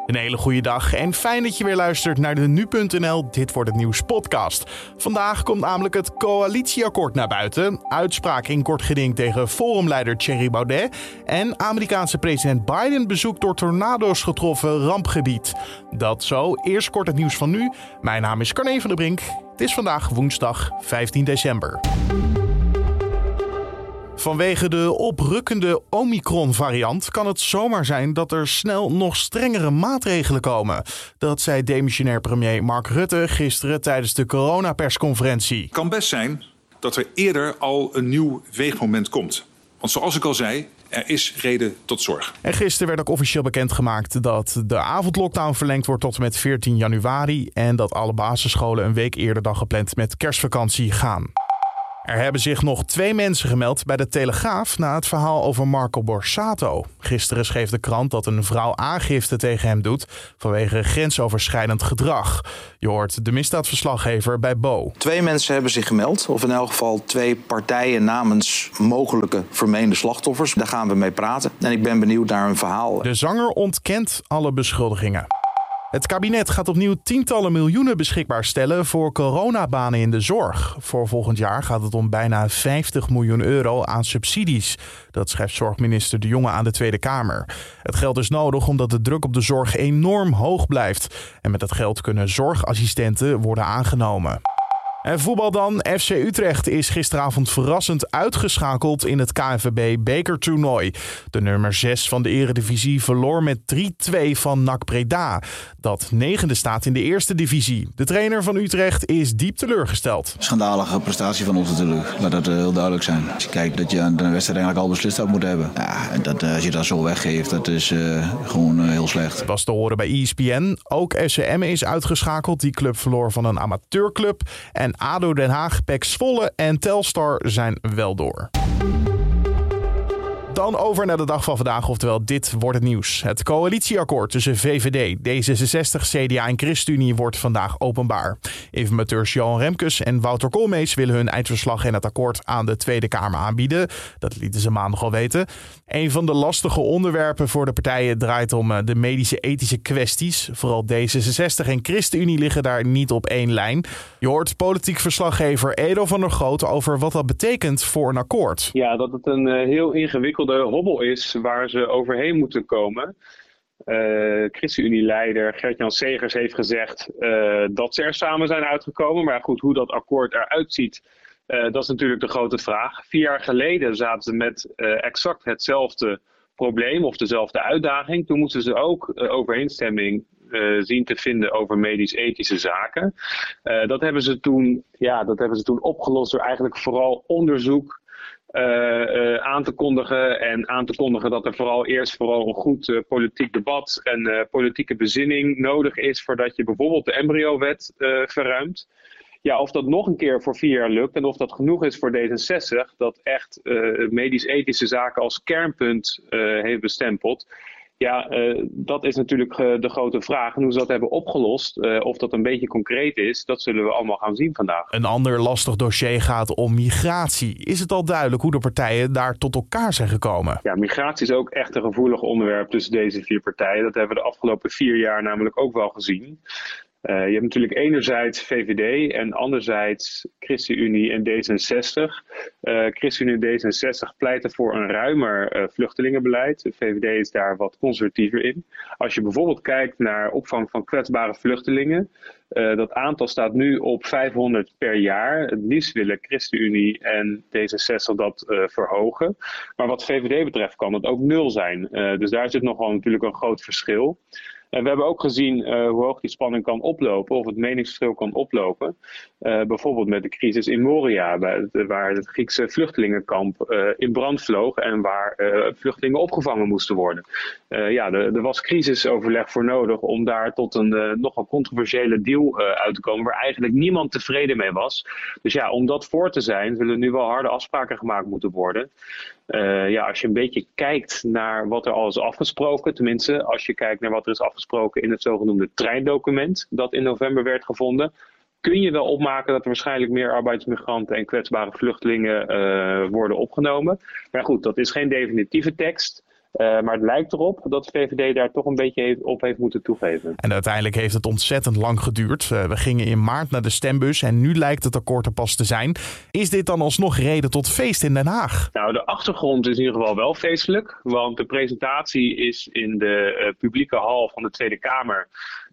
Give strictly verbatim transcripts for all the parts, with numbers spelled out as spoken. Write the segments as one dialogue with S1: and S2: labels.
S1: Een hele goede dag en fijn dat je weer luistert naar de nu punt n l Dit wordt het nieuws podcast. Vandaag komt namelijk het coalitieakkoord naar buiten. Uitspraak in kort geding tegen forumleider Thierry Baudet. En Amerikaanse president Biden bezoekt door tornado's getroffen rampgebied. Dat zo, eerst kort het nieuws van nu. Mijn naam is Carne van der Brink. Het is vandaag woensdag vijftien december. Vanwege de oprukkende Omicron-variant kan het zomaar zijn dat er snel nog strengere maatregelen komen. Dat zei demissionair premier Mark Rutte gisteren tijdens de coronapersconferentie.
S2: Het kan best zijn dat er eerder al een nieuw weegmoment komt. Want zoals ik al zei, er is reden tot zorg.
S1: En gisteren werd ook officieel bekendgemaakt dat de avondlockdown verlengd wordt tot en met veertien januari... en dat alle basisscholen een week eerder dan gepland met kerstvakantie gaan. Er hebben zich nog twee mensen gemeld bij de Telegraaf na het verhaal over Marco Borsato. Gisteren schreef de krant dat een vrouw aangifte tegen hem doet vanwege grensoverschrijdend gedrag. Je hoort de misdaadverslaggever bij Bo.
S3: Twee mensen hebben zich gemeld, of in elk geval twee partijen namens mogelijke vermeende slachtoffers. Daar gaan we mee praten en ik ben benieuwd naar hun verhaal.
S1: De zanger ontkent alle beschuldigingen. Het kabinet gaat opnieuw tientallen miljoenen beschikbaar stellen voor coronabanen in de zorg. Voor volgend jaar gaat het om bijna vijftig miljoen euro aan subsidies. Dat schrijft zorgminister De Jonge aan de Tweede Kamer. Het geld is nodig omdat de druk op de zorg enorm hoog blijft. En met dat geld kunnen zorgassistenten worden aangenomen. En voetbal dan. F C Utrecht is gisteravond verrassend uitgeschakeld in het K N V B-bekertoernooi. De nummer zes van de Eredivisie verloor met drie twee van N A C Breda. Dat negende staat in de eerste divisie. De trainer van Utrecht is diep teleurgesteld.
S4: Schandalige prestatie van ons natuurlijk. Laat dat uh, heel duidelijk zijn. Als je kijkt dat je aan de wedstrijd eigenlijk al beslist had moeten hebben. Ja, en dat, uh, als je dat zo weggeeft, dat is uh, gewoon uh, heel slecht.
S1: Was te horen bij E S P N. Ook F C Emmen is uitgeschakeld. Die club verloor van een amateurclub. En A D O Den Haag, P E C Zwolle en Telstar zijn wel door. Dan over naar de dag van vandaag, oftewel dit wordt het nieuws. Het coalitieakkoord tussen V V D, D zesenzestig, C D A en ChristenUnie wordt vandaag openbaar. Informateurs Johan Remkes en Wouter Koolmees willen hun eindverslag en het akkoord aan de Tweede Kamer aanbieden. Dat lieten ze maandag al weten. Een van de lastige onderwerpen voor de partijen draait om de medische ethische kwesties. Vooral D zesenzestig en ChristenUnie liggen daar niet op één lijn. Je hoort politiek verslaggever Edo van der Groot over wat dat betekent voor een akkoord.
S5: Ja, dat het een uh, heel ingewikkeld de hobbel is waar ze overheen moeten komen. Uh, ChristenUnie-leider Gert-Jan Segers heeft gezegd uh, dat ze er samen zijn uitgekomen. Maar goed, hoe dat akkoord eruit ziet, uh, dat is natuurlijk de grote vraag. Vier jaar geleden zaten ze met uh, exact hetzelfde probleem of dezelfde uitdaging. Toen moesten ze ook uh, overeenstemming uh, zien te vinden over medisch-ethische zaken. Uh, dat hebben ze toen, ja, dat hebben ze toen opgelost door eigenlijk vooral onderzoek Uh, uh, aan te kondigen en aan te kondigen dat er vooral eerst vooral een goed uh, politiek debat en uh, politieke bezinning nodig is voordat je bijvoorbeeld de embryowet uh, verruimt. Ja, of dat nog een keer voor vier jaar lukt en of dat genoeg is voor D zesenzestig dat echt uh, medisch-ethische zaken als kernpunt uh, heeft bestempeld. Ja, uh, dat is natuurlijk uh, de grote vraag. En hoe ze dat hebben opgelost, uh, of dat een beetje concreet is, dat zullen we allemaal gaan zien vandaag.
S1: Een ander lastig dossier gaat om migratie. Is het al duidelijk hoe de partijen daar tot elkaar zijn gekomen?
S5: Ja, migratie is ook echt een gevoelig onderwerp tussen deze vier partijen. Dat hebben we de afgelopen vier jaar namelijk ook wel gezien. Uh, je hebt natuurlijk enerzijds V V D en anderzijds ChristenUnie en D zesenzestig. Uh, ChristenUnie en D zesenzestig pleiten voor een ruimer uh, vluchtelingenbeleid. De V V D is daar wat conservatiever in. Als je bijvoorbeeld kijkt naar opvang van kwetsbare vluchtelingen. Uh, dat aantal staat nu op vijfhonderd per jaar. Het liefst willen ChristenUnie en D zesenzestig dat uh, verhogen. Maar wat V V D betreft kan het ook nul zijn. Uh, dus daar zit nogal natuurlijk een groot verschil. En we hebben ook gezien uh, hoe hoog die spanning kan oplopen, of het meningsverschil kan oplopen. Uh, bijvoorbeeld met de crisis in Moria, bij het, waar het Griekse vluchtelingenkamp uh, in brand vloog en waar uh, vluchtelingen opgevangen moesten worden. Uh, ja, er, er was crisisoverleg voor nodig om daar tot een uh, nogal controversiële deal uh, uit te komen, waar eigenlijk niemand tevreden mee was. Dus ja, om dat voor te zijn, zullen nu wel harde afspraken gemaakt moeten worden. Uh, ja, als je een beetje kijkt naar wat er al is afgesproken, tenminste als je kijkt naar wat er is afgesproken in het zogenoemde treindocument dat in november werd gevonden, kun je wel opmaken dat er waarschijnlijk meer arbeidsmigranten en kwetsbare vluchtelingen uh, worden opgenomen. Maar goed, dat is geen definitieve tekst. Uh, maar het lijkt erop dat de V V D daar toch een beetje heeft, op heeft moeten toegeven.
S1: En uiteindelijk heeft het ontzettend lang geduurd. Uh, we gingen in maart naar de stembus en nu lijkt het akkoord er pas te zijn. Is dit dan alsnog reden tot feest in Den Haag?
S5: Nou, de achtergrond is in ieder geval wel feestelijk. Want de presentatie is in de uh, publieke hal van de Tweede Kamer.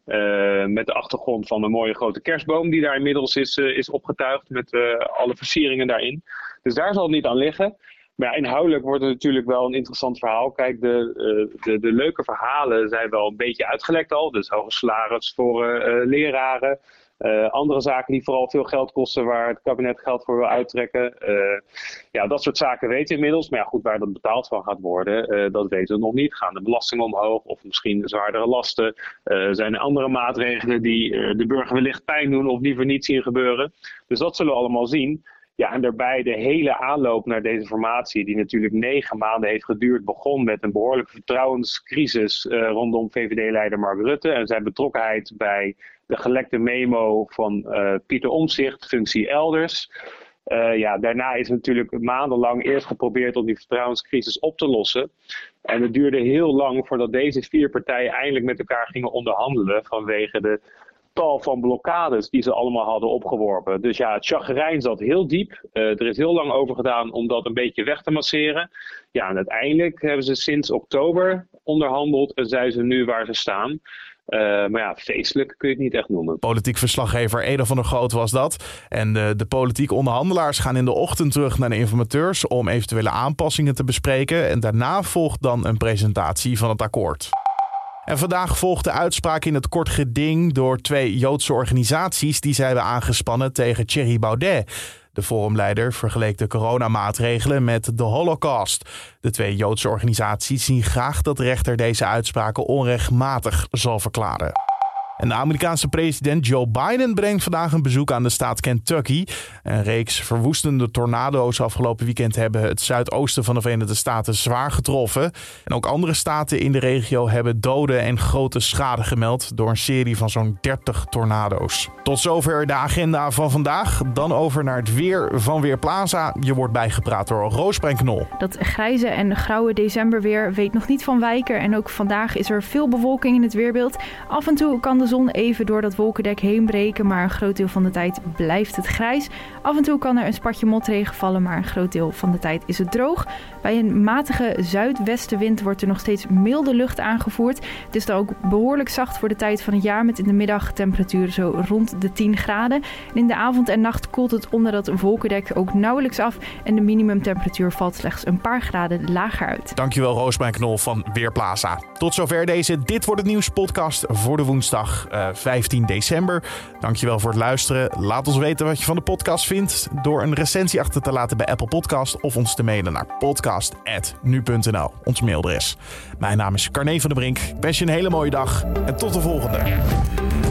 S5: Uh, met de achtergrond van een mooie grote kerstboom die daar inmiddels is, uh, is opgetuigd met uh, alle versieringen daarin. Dus daar zal het niet aan liggen. Maar ja, inhoudelijk wordt het natuurlijk wel een interessant verhaal. Kijk, de, uh, de, de leuke verhalen zijn wel een beetje uitgelekt al. Dus hoge salaris voor uh, leraren. Uh, andere zaken die vooral veel geld kosten, waar het kabinet geld voor wil uittrekken. Uh, ja, dat soort zaken weten we inmiddels. Maar ja, goed, waar dat betaald van gaat worden, uh, dat weten we nog niet. Gaan de belastingen omhoog of misschien zwaardere lasten? Uh, zijn er andere maatregelen die uh, de burger wellicht pijn doen of liever niet zien gebeuren? Dus dat zullen we allemaal zien. Ja, en daarbij de hele aanloop naar deze formatie, die natuurlijk negen maanden heeft geduurd, begon met een behoorlijke vertrouwenscrisis uh, rondom V V D-leider Mark Rutte en zijn betrokkenheid bij de gelekte memo van uh, Pieter Omtzigt, functie elders. Uh, ja, daarna is natuurlijk maandenlang eerst geprobeerd om die vertrouwenscrisis op te lossen. En het duurde heel lang voordat deze vier partijen eindelijk met elkaar gingen onderhandelen vanwege de tal van blokkades die ze allemaal hadden opgeworpen. Dus ja, het chagrijn zat heel diep. Uh, er is heel lang over gedaan om dat een beetje weg te masseren. Ja, en uiteindelijk hebben ze sinds oktober onderhandeld en zijn ze nu waar ze staan. Uh, maar ja, feestelijk kun je het niet echt noemen.
S1: Politiek verslaggever Eda van der Groot was dat. En de, de politieke onderhandelaars gaan in de ochtend terug naar de informateurs om eventuele aanpassingen te bespreken. En daarna volgt dan een presentatie van het akkoord. En vandaag volgt de uitspraak in het kort geding door twee Joodse organisaties die zij hebben aangespannen tegen Thierry Baudet. De forumleider vergeleek de coronamaatregelen met de Holocaust. De twee Joodse organisaties zien graag dat de rechter deze uitspraken onrechtmatig zal verklaren. En de Amerikaanse president Joe Biden brengt vandaag een bezoek aan de staat Kentucky. Een reeks verwoestende tornado's afgelopen weekend hebben het zuidoosten van de Verenigde Staten zwaar getroffen. En ook andere staten in de regio hebben doden en grote schade gemeld door een serie van zo'n dertig tornado's. Tot zover de agenda van vandaag. Dan over naar het weer van Weerplaza. Je wordt bijgepraat door Roosbrink Knol.
S6: Dat grijze en grauwe decemberweer weet nog niet van wijken. En ook vandaag is er veel bewolking in het weerbeeld. Af en toe kan de zon even door dat wolkendek heen breken, maar een groot deel van de tijd blijft het grijs. Af en toe kan er een spatje motregen vallen, maar een groot deel van de tijd is het droog. Bij een matige zuidwestenwind wordt er nog steeds milde lucht aangevoerd. Het is dan ook behoorlijk zacht voor de tijd van het jaar, met in de middag temperaturen zo rond de tien graden. En in de avond en nacht koelt het onder dat wolkendek ook nauwelijks af en de minimumtemperatuur valt slechts een paar graden lager uit.
S1: Dankjewel Roosbrink Knol van Weerplaza. Tot zover deze Dit Wordt Het Nieuws podcast voor de woensdag uh, vijftien december. Dankjewel voor het luisteren. Laat ons weten wat je van de podcast vindt door een recensie achter te laten bij Apple Podcast of ons te mailen naar podcast at nu punt n l, ons mailadres. Mijn naam is Carne van der Brink. Ik wens je een hele mooie dag en tot de volgende.